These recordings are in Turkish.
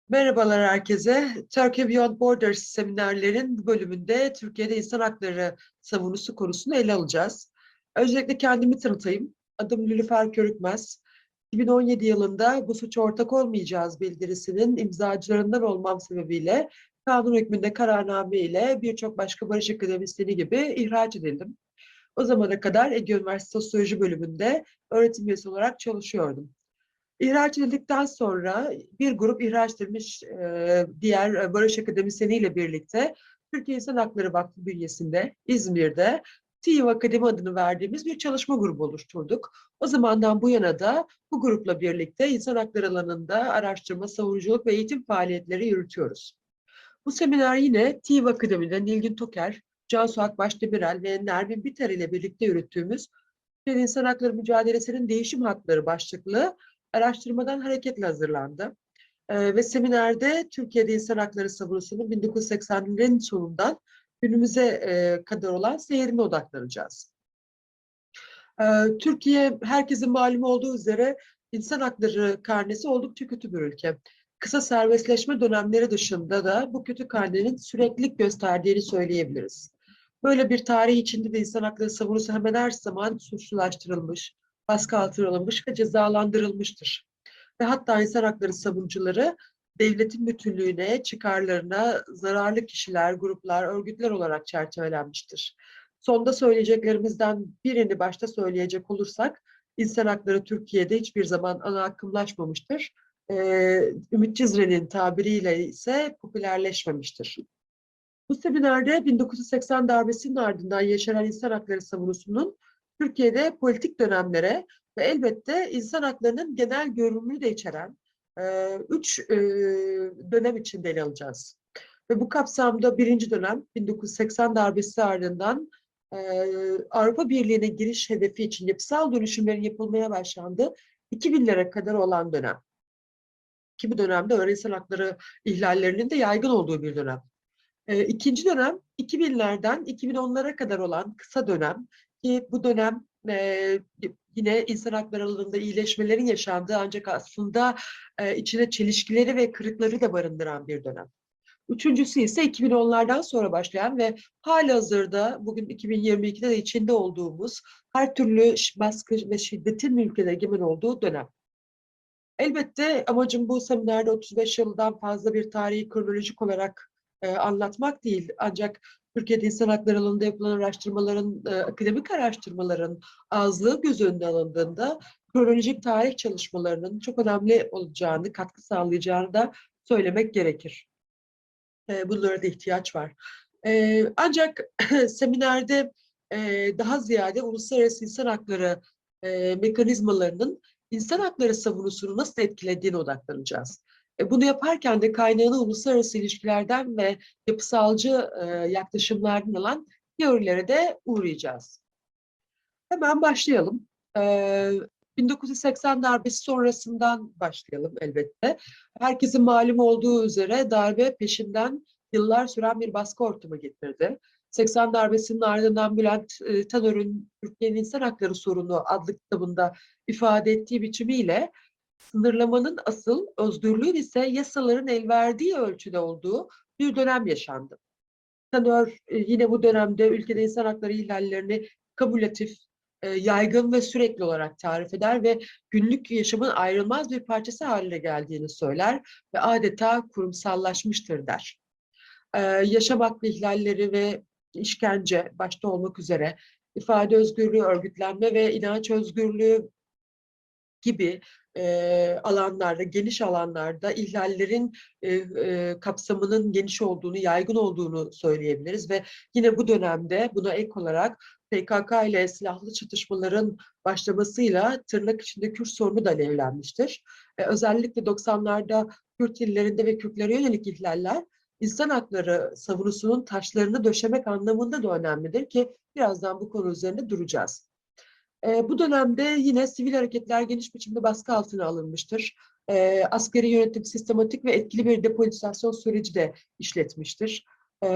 Merhabalar herkese. Turkey Beyond Borders seminerlerin bu bölümünde Türkiye'de insan hakları savunusu konusunu ele alacağız. Öncelikle kendimi tanıtayım. Adım Nilüfer Körükmez. 2017 yılında bu suça ortak olmayacağız bildirisinin imzacılarından olmam sebebiyle kanun hükmünde kararname ile birçok başka barış akademisyeni gibi ihraç edildim. O zamana kadar Ege Üniversitesi Sosyoloji bölümünde öğretim üyesi olarak çalışıyordum. İhraç edildikten sonra bir grup ihraç edilmiş diğer barış akademisyeniyle birlikte Türkiye İnsan Hakları Vakfı bünyesinde İzmir'de TİV Akademi adını verdiğimiz bir çalışma grubu oluşturduk. O zamandan bu yana da bu grupla birlikte insan hakları alanında araştırma, savunuculuk ve eğitim faaliyetleri yürütüyoruz. Bu seminer yine TİV Akademi'den Nilgün Toker, Cansu Akbaş Demirel ve Nermin Biter ile birlikte yürüttüğümüz Türkiye İnsan Hakları Mücadelesi'nin Değişim Hakları başlıklı araştırmadan hareketle hazırlandı. Ve seminerde Türkiye'de insan hakları savunusunun 1980'lerin sonundan günümüze kadar olan seyrine odaklanacağız. Türkiye herkesin malumu olduğu üzere insan hakları karnesi oldukça kötü bir ülke. Kısa serbestleşme dönemleri dışında da bu kötü karnenin süreklilik gösterdiğini söyleyebiliriz. Böyle bir tarih içinde de insan hakları savunusu hemen her zaman suçlulaştırılmış, baskı altına alınmış ve cezalandırılmıştır. Ve hatta insan hakları savunucuları devletin bütünlüğüne, çıkarlarına zararlı kişiler, gruplar, örgütler olarak çerçevelenmiştir. Sonda söyleyeceklerimizden birini başta söyleyecek olursak, insan hakları Türkiye'de hiçbir zaman ana akımlaşmamıştır. Ümit Cizre'nin tabiriyle ise popülerleşmemiştir. Bu seminerde 1980 darbesinin ardından yaşanan insan hakları savunusunun Türkiye'de politik dönemlere ve elbette insan haklarının genel görünümünü de içeren üç dönem içinde ele alacağız. Ve bu kapsamda birinci dönem 1980 darbesi ardından Avrupa Birliği'ne giriş hedefi için yapısal dönüşümlerin yapılmaya başlandığı 2000'lere kadar olan dönem. Ki bu dönemde ağır insan hakları ihlallerinin de yaygın olduğu bir dönem. İkinci dönem 2000'lerden 2010'lara kadar olan kısa dönem ki bu dönem yine insan hakları alanında iyileşmelerin yaşandığı ancak aslında içine çelişkileri ve kırıkları da barındıran bir dönem. Üçüncüsü ise 2010'lardan sonra başlayan ve halihazırda bugün 2022'de de içinde olduğumuz her türlü baskı ve şiddetin ülkede egemen olduğu dönem. Elbette amacım bu seminerde 35 yıldan fazla bir tarihi kronolojik olarak anlatmak değil. Ancak Türkiye'de insan hakları alanında yapılan araştırmaların, akademik araştırmaların azlığı göz önüne alındığında kronolojik tarih çalışmalarının çok önemli olacağını, katkı sağlayacağını da söylemek gerekir. Bunlara da ihtiyaç var. Ancak seminerde daha ziyade uluslararası insan hakları mekanizmalarının insan hakları savunusunu nasıl etkilediğine odaklanacağız. Bunu yaparken de kaynağını uluslararası ilişkilerden ve yapısalcı yaklaşımlardan alan teorilere de uğrayacağız. Hemen başlayalım. 1980 darbesi sonrasından başlayalım elbette. Herkesin malum olduğu üzere darbe peşinden yıllar süren bir baskı ortamı getirdi. 80 darbesinin ardından Bülent Tanör'ün Türkiye'nin İnsan Hakları Sorunu adlı kitabında ifade ettiği biçimiyle sınırlamanın asıl, özgürlüğün ise yasaların el verdiği ölçüde olduğu bir dönem yaşandı. Tanör yine bu dönemde ülkede insan hakları ihlallerini kumülatif, yaygın ve sürekli olarak tarif eder ve günlük yaşamın ayrılmaz bir parçası haline geldiğini söyler ve adeta kurumsallaşmıştır der. Yaşam hakkı ihlalleri ve işkence başta olmak üzere ifade özgürlüğü, örgütlenme ve inanç özgürlüğü gibi alanlarda, geniş alanlarda ihlallerin kapsamının geniş olduğunu, yaygın olduğunu söyleyebiliriz ve yine bu dönemde buna ek olarak PKK ile silahlı çatışmaların başlamasıyla tırnak içinde Kürt sorunu da alevlenmiştir. Özellikle 90'larda Kürt illerinde ve Kürtlere yönelik ihlaller insan hakları savunusunun taşlarını döşemek anlamında da önemlidir ki birazdan bu konu üzerinde duracağız. Bu dönemde yine sivil hareketler geniş biçimde baskı altına alınmıştır. Askeri yönetim sistematik ve etkili bir depolitizasyon süreci de işletmiştir.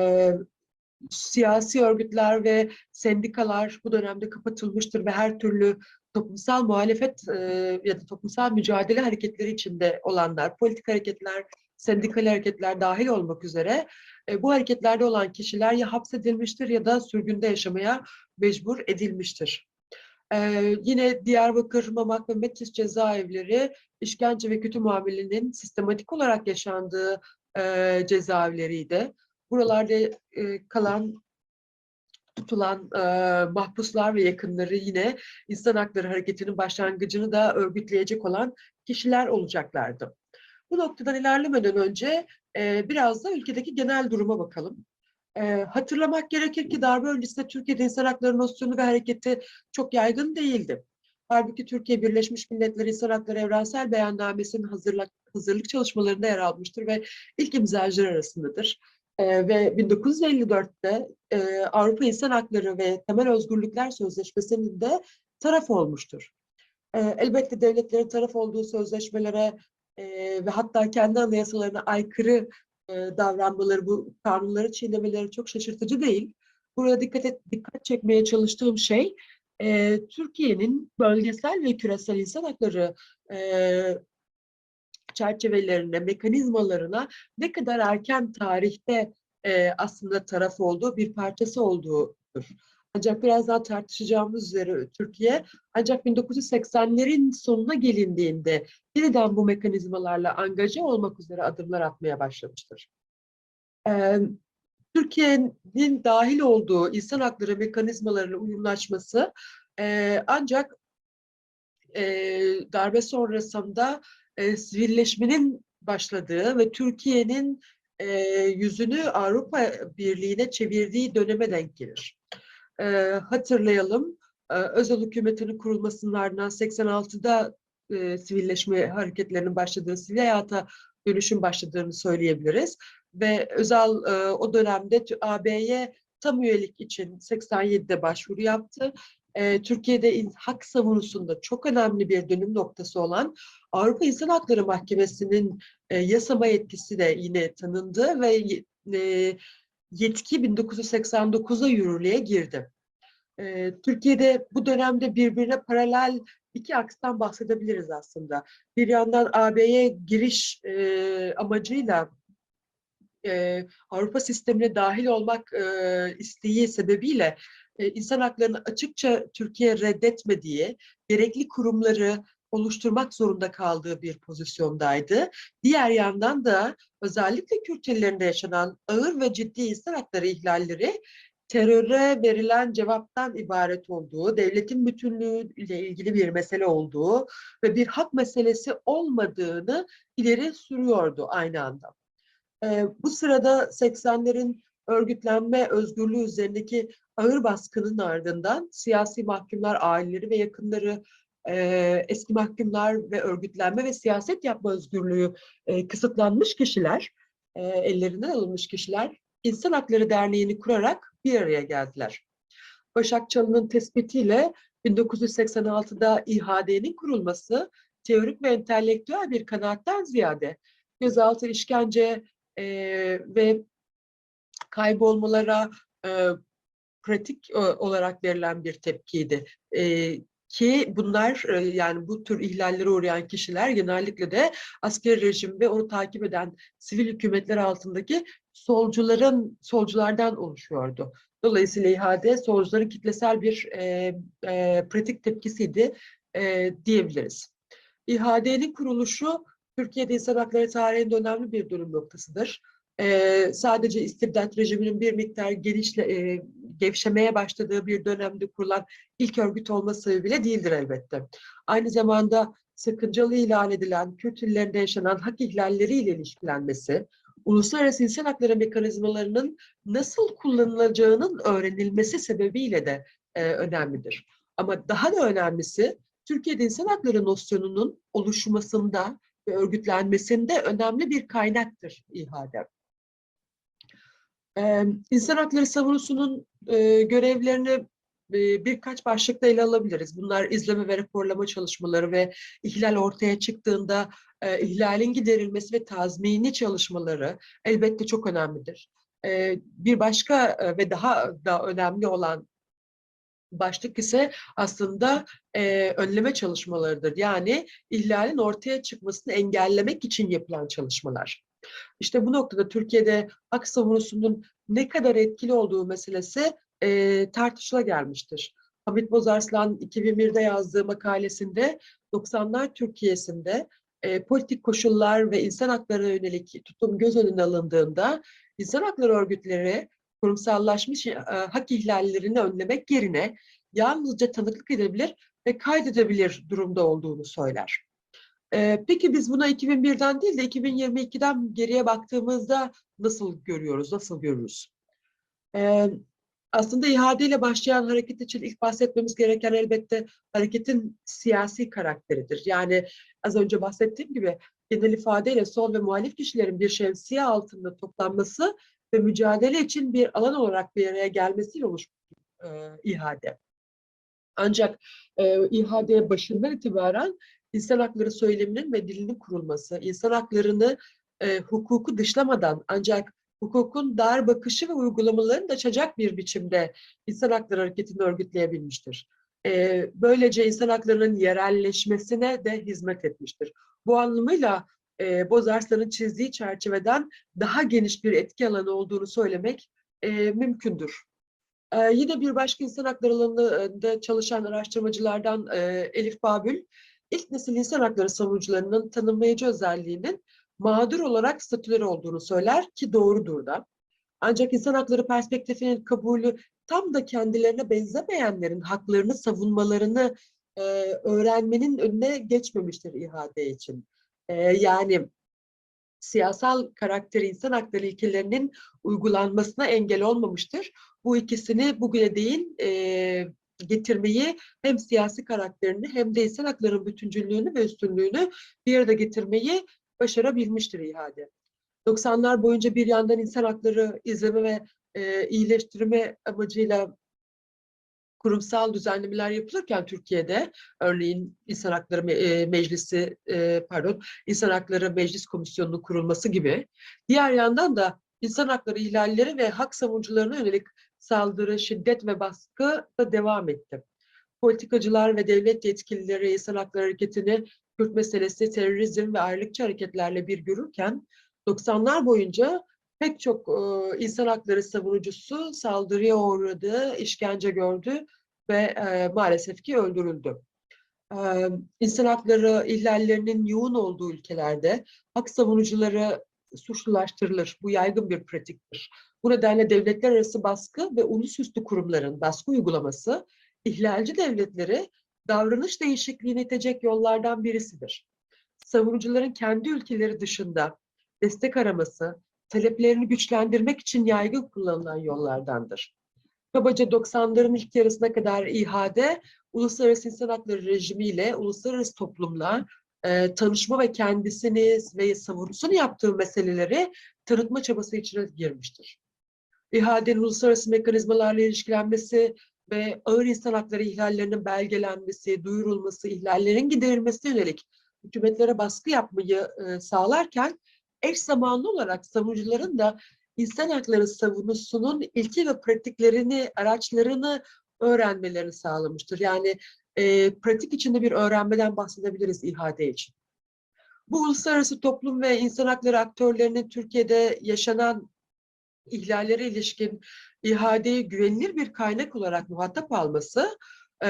Siyasi örgütler ve sendikalar bu dönemde kapatılmıştır ve her türlü toplumsal muhalefet ya da toplumsal mücadele hareketleri içinde olanlar, politik hareketler sendikal hareketler dahil olmak üzere bu hareketlerde olan kişiler ya hapsedilmiştir ya da sürgünde yaşamaya mecbur edilmiştir. Yine Diyarbakır, Mamak ve Metris cezaevleri işkence ve kötü muamelenin sistematik olarak yaşandığı cezaevleriydi. Buralarda kalan, tutulan mahpuslar ve yakınları yine insan hakları hareketinin başlangıcını da örgütleyecek olan kişiler olacaklardı. Bu noktadan ilerlemeden önce biraz da ülkedeki genel duruma bakalım. Hatırlamak gerekir ki darbe öncesinde Türkiye'de insan hakları nosyonu ve hareketi çok yaygın değildi. Halbuki Türkiye Birleşmiş Milletler İnsan Hakları Evrensel Beyannamesi'nin hazırlık çalışmalarında yer almıştır ve ilk imzacılar arasındadır. Ve 1954'te Avrupa İnsan Hakları ve Temel Özgürlükler Sözleşmesi'nin de taraf olmuştur. Elbette devletlerin taraf olduğu sözleşmelere ve hatta kendi anayasalarına aykırı davranmaları, bu kanunları çiğnemeleri çok şaşırtıcı değil. Burada dikkat çekmeye çalıştığım şey Türkiye'nin bölgesel ve küresel insan hakları çerçevelerine, mekanizmalarına ne kadar erken tarihte aslında taraf olduğu, bir parçası olduğudur. Ancak birazdan tartışacağımız üzere Türkiye ancak 1980'lerin sonuna gelindiğinde yeniden bu mekanizmalarla angaje olmak üzere adımlar atmaya başlamıştır. Türkiye'nin dahil olduğu insan hakları mekanizmalarıyla uyumlaşması ancak darbe sonrasında sivilleşmenin başladığı ve Türkiye'nin yüzünü Avrupa Birliği'ne çevirdiği döneme denk gelir. Hatırlayalım, Özal hükümetinin kurulmasının ardından 86'da sivilleşme hareketlerinin başladığı, sivil hayata dönüşüm başladığını söyleyebiliriz. Ve Özal o dönemde AB'ye tam üyelik için 87'de başvuru yaptı. Türkiye'de hak savunusunda çok önemli bir dönüm noktası olan Avrupa İnsan Hakları Mahkemesi'nin yasama yetkisi de yine tanındı ve yetki 1989'a yürürlüğe girdi. Türkiye'de bu dönemde birbirine paralel iki akstan bahsedebiliriz aslında. Bir yandan AB'ye giriş amacıyla Avrupa sistemine dahil olmak isteği sebebiyle insan haklarını açıkça Türkiye reddetmediği, gerekli kurumları oluşturmak zorunda kaldığı bir pozisyondaydı. Diğer yandan da özellikle Kürt illerinde yaşanan ağır ve ciddi insan hakları ihlalleri teröre verilen cevaptan ibaret olduğu, devletin bütünlüğü ile ilgili bir mesele olduğu ve bir hak meselesi olmadığını ileri sürüyordu aynı anda. Bu sırada 80'lerin örgütlenme özgürlüğü üzerindeki ağır baskının ardından siyasi mahkumlar, aileleri ve yakınları, eski mahkumlar ve örgütlenme ve siyaset yapma özgürlüğü kısıtlanmış kişiler, ellerinden alınmış kişiler İnsan Hakları Derneği'ni kurarak bir araya geldiler. Başak Çalı'nın tespitiyle 1986'da İHA'nın kurulması teorik ve entelektüel bir kanaatten ziyade gözaltı, işkence ve kaybolmalara pratik olarak verilen bir tepkiydi. Ki bunlar yani bu tür ihlallere uğrayan kişiler genellikle de askeri rejim ve onu takip eden sivil hükümetler altındaki solculardan oluşuyordu. Dolayısıyla İHA'de solcuların kitlesel bir pratik tepkisiydi diyebiliriz. İHA'nın kuruluşu Türkiye'de insan hakları tarihinde önemli bir dönüm noktasıdır. Sadece istibdat rejiminin bir miktar gevşemeye başladığı bir dönemde kurulan ilk örgüt olma sebebiyle değildir elbette. Aynı zamanda sakıncalı ilan edilen Kürt illerinde yaşanan hak ihlalleriyle ilişkilenmesi, uluslararası insan hakları mekanizmalarının nasıl kullanılacağının öğrenilmesi sebebiyle de önemlidir. Ama daha da önemlisi Türkiye'de insan hakları nosyonunun oluşmasında ve örgütlenmesinde önemli bir kaynaktır İHA'da. İnsan hakları savunusunun görevlerini birkaç başlıkta ele alabiliriz. Bunlar izleme ve raporlama çalışmaları ve ihlal ortaya çıktığında ihlalin giderilmesi ve tazmini çalışmaları elbette çok önemlidir. Bir başka ve daha da önemli olan başlık ise aslında önleme çalışmalarıdır. Yani ihlalin ortaya çıkmasını engellemek için yapılan çalışmalar. İşte bu noktada Türkiye'de hak savunusunun ne kadar etkili olduğu meselesi tartışıla gelmiştir. Hamit Bozarslan 2001'de yazdığı makalesinde 90'lar Türkiye'sinde politik koşullar ve insan haklarına yönelik tutum göz önüne alındığında insan hakları örgütleri kurumsallaşmış hak ihlallerini önlemek yerine yalnızca tanıklık edebilir ve kaydedebilir durumda olduğunu söyler. Peki biz buna 2001'den değil de 2022'den geriye baktığımızda nasıl görüyoruz, nasıl görürüz? Ee, Aslında ihadeyle başlayan hareket için ilk bahsetmemiz gereken elbette hareketin siyasi karakteridir. Yani az önce bahsettiğim gibi genel ifadeyle sol ve muhalif kişilerin bir şemsiye altında toplanması ve mücadele için bir alan olarak bir araya gelmesiyle oluşmuş ihade. Ancak İHA'de başından itibaren insan hakları söyleminin ve dilinin kurulması, insan haklarını hukuku dışlamadan ancak hukukun dar bakışı ve uygulamalarını da açacak bir biçimde insan hakları hareketini örgütleyebilmiştir. Böylece insan haklarının yerelleşmesine de hizmet etmiştir. Bu anlamıyla Bozarslan'ın çizdiği çerçeveden daha geniş bir etki alanı olduğunu söylemek mümkündür. Yine bir başka insan hakları alanında çalışan araştırmacılardan Elif Babül, ilk nesil insan hakları savunucularının tanımlayıcı özelliğinin mağdur olarak statüleri olduğunu söyler ki doğrudur da. Ancak insan hakları perspektifinin kabulü tam da kendilerine benzemeyenlerin haklarını savunmalarını öğrenmenin önüne geçmemiştir ihade için. Yani siyasal karakteri insan hakları ilkelerinin uygulanmasına engel olmamıştır. Bu ikisini bugüne değin getirmeyi hem siyasi karakterini hem de insan haklarının bütüncüllüğünü ve üstünlüğünü bir arada getirmeyi başarabilmiştir ihade. 90'lar boyunca bir yandan insan hakları izleme ve iyileştirme amacıyla kurumsal düzenlemeler yapılırken Türkiye'de örneğin İnsan Hakları Meclisi İnsan Hakları Meclis Komisyonu'nun kurulması gibi diğer yandan da insan hakları ihlalleri ve hak savunucularına yönelik saldırı, şiddet ve baskı da devam etti. Politikacılar ve devlet yetkilileri insan hakları hareketini Kürt meselesi, terörizm ve ayrılıkçı hareketlerle bir görürken 90'lar boyunca pek çok insan hakları savunucusu saldırıya uğradı, işkence gördü ve maalesef ki öldürüldü. İnsan hakları ihlallerinin yoğun olduğu ülkelerde hak savunucuları suçlulaştırılır. Bu yaygın bir pratiktir. Bu nedenle devletler arası baskı ve ulusüstü kurumların baskı uygulaması ihlalci devletleri davranış değişikliğine itecek yollardan birisidir. Savunucuların kendi ülkeleri dışında destek araması, taleplerini güçlendirmek için yaygın kullanılan yollardandır. Kabaca 90'ların ilk yarısına kadar İHA'de uluslararası insan hakları rejimiyle, uluslararası toplumla tanışma ve kendisini ve savunusunu yaptığı meseleleri tanıtma çabası içine girmiştir. İHA'denin uluslararası mekanizmalarla ilişkilenmesi ve ağır insan hakları ihlallerinin belgelenmesi, duyurulması, ihlallerin giderilmesine yönelik hükümetlere baskı yapmayı sağlarken eş zamanlı olarak savunucuların da insan hakları savunusunun ilke ve pratiklerini, araçlarını öğrenmelerini sağlamıştır. Yani pratik içinde bir öğrenmeden bahsedebiliriz İHA'de için. Bu uluslararası toplum ve insan hakları aktörlerinin Türkiye'de yaşanan ihlallere ilişkin ihadeyi güvenilir bir kaynak olarak muhatap alması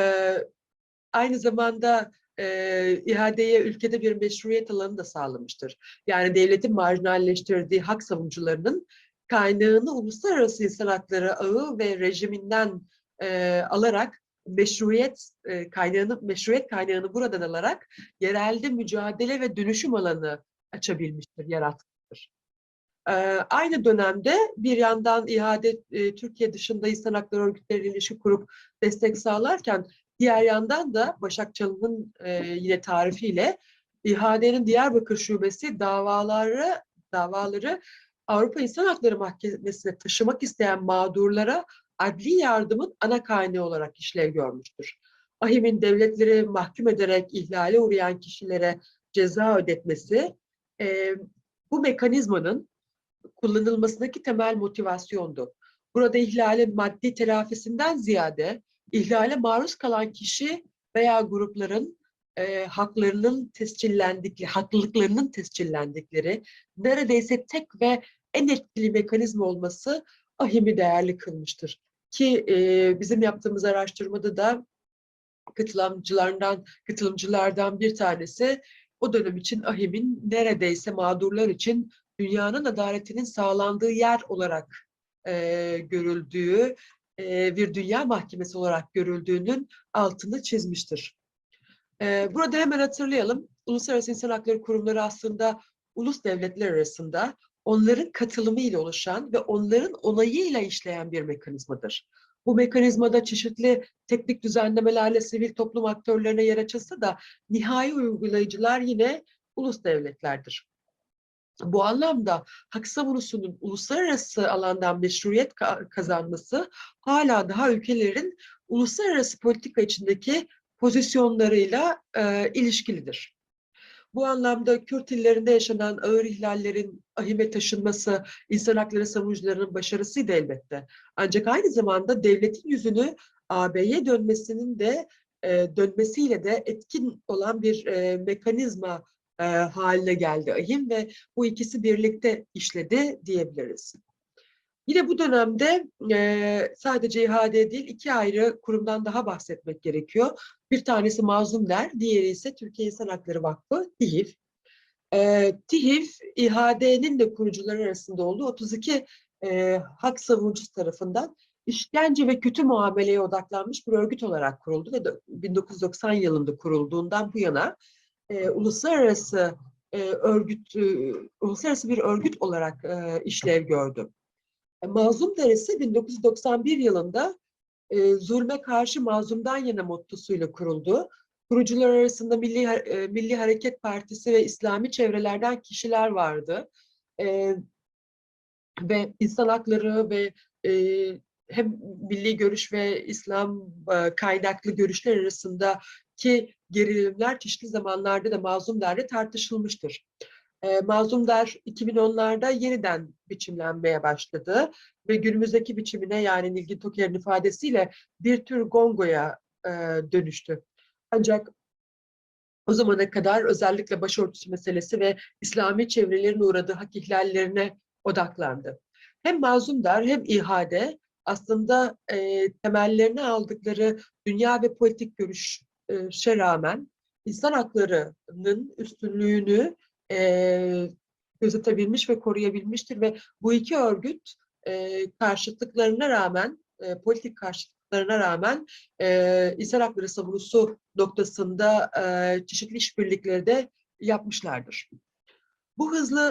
aynı zamanda ihadeye ülkede bir meşruiyet alanı da sağlamıştır. Yani devletin marjinalleştirdiği hak savunucularının kaynağını uluslararası insan hakları ağı ve rejiminden alarak meşruiyet kaynağını buradan alarak yerelde mücadele ve dönüşüm alanı açabilmiştir, yaratmıştır. Aynı dönemde bir yandan İHA'de Türkiye dışında insan hakları örgütleriyle ilişki kurup destek sağlarken diğer yandan da Başak Çalı'nın yine tarifiyle İHA'denin Diyarbakır Şubesi davaları Avrupa İnsan Hakları Mahkemesi'ne taşımak isteyen mağdurlara adli yardımın ana kaynağı olarak işlev görmüştür. AİHM'in devletleri mahkum ederek ihlale uğrayan kişilere ceza ödetmesi bu mekanizmanın kullanılmasındaki temel motivasyondu. Burada ihlale maddi telafisinden ziyade ihlale maruz kalan kişi veya grupların haklılıklarının tescillendikleri, neredeyse tek ve en etkili mekanizma olması AHİM'i değerli kılmıştır. Ki bizim yaptığımız araştırmada da katılımcılardan bir tanesi o dönem için AHİM'in neredeyse mağdurlar için dünyanın adaletinin sağlandığı yer olarak görüldüğü, bir dünya mahkemesi olarak görüldüğünün altını çizmiştir. Burada hemen hatırlayalım, Uluslararası İnsan Hakları Kurumları aslında ulus devletler arasında onların katılımıyla oluşan ve onların onayıyla işleyen bir mekanizmadır. Bu mekanizmada çeşitli teknik düzenlemelerle sivil toplum aktörlerine yer açılsa da nihai uygulayıcılar yine ulus devletlerdir. Bu anlamda hak savunusunun uluslararası alandan meşruiyet kazanması hala daha ülkelerin uluslararası politika içindeki pozisyonlarıyla ilişkilidir. Bu anlamda Kürt illerinde yaşanan ağır ihlallerin AHİM'e taşınması insan hakları savunucularının başarısıydı elbette. Ancak aynı zamanda devletin yüzünü AB'ye dönmesiyle de etkin olan bir mekanizma haline geldi AHİM ve bu ikisi birlikte işledi diyebiliriz. Yine bu dönemde sadece İHA'de değil, iki ayrı kurumdan daha bahsetmek gerekiyor. Bir tanesi Mazlum Der, diğeri ise Türkiye İnsan Hakları Vakfı, TİHİV. TİHİV, İHA'nin de kurucuları arasında olduğu 32 hak savunucusu tarafından işkence ve kötü muameleye odaklanmış bir örgüt olarak kuruldu ve 1990 yılında kurulduğundan bu yana uluslararası bir örgüt olarak işlev gördü. Mazlum Der ise 1991 yılında zulme karşı mazlumdan yana mottosuyla kuruldu. Kurucular arasında Milli Hareket Partisi ve İslami çevrelerden kişiler vardı. Ve insan hakları ve hem milli görüş ve İslam kaynaklı görüşler arasındaki gerilimler çeşitli zamanlarda da Mazlum Der'le tartışılmıştır. Mazlum Der 2010'larda yeniden biçimlenmeye başladı ve günümüzdeki biçimine, yani Nilgün Toker'in ifadesiyle bir tür gongoya dönüştü. Ancak o zamana kadar özellikle başörtüsü meselesi ve İslami çevrelerin uğradığı hak ihlallerine odaklandı. Hem Mazlum Der hem İHA'de aslında temellerini aldıkları dünya ve politik görüşe rağmen insan haklarının üstünlüğünü gözetebilmiş ve koruyabilmiştir ve bu iki örgüt karşıtlıklarına rağmen, politik karşıtlıklarına rağmen insan hakları savunusu noktasında çeşitli işbirlikleri de yapmışlardır. Bu hızlı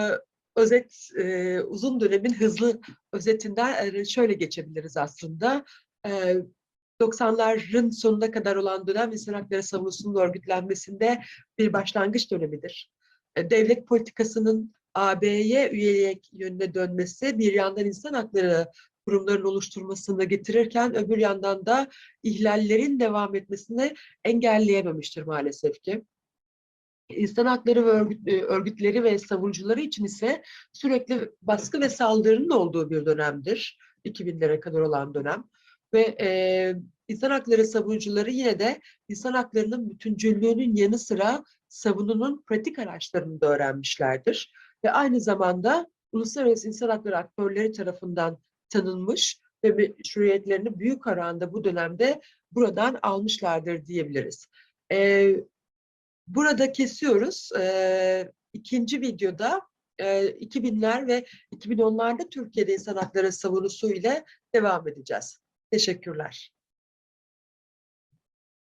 uzun dönemin hızlı özetinden şöyle geçebiliriz aslında. 90'ların sonuna kadar olan dönem insan hakları savunusunun örgütlenmesinde bir başlangıç dönemidir. Devlet politikasının AB'ye üyelik yönüne dönmesi bir yandan insan hakları kurumların oluşturmasını getirirken öbür yandan da ihlallerin devam etmesini engelleyememiştir maalesef ki. İnsan hakları ve örgütleri ve savunucuları için ise sürekli baskı ve saldırının olduğu bir dönemdir. 2000'lere kadar olan dönem. Ve insan hakları savunucuları yine de insan haklarının bütüncüllüğünün yanı sıra savununun pratik araçlarını da öğrenmişlerdir. Ve aynı zamanda uluslararası insan hakları aktörleri tarafından tanınmış ve meşruiyetlerini büyük oranda bu dönemde buradan almışlardır diyebiliriz. Burada kesiyoruz. İkinci videoda 2000'ler ve 2010'larda Türkiye'de insan hakları savunusu ile devam edeceğiz. Teşekkürler.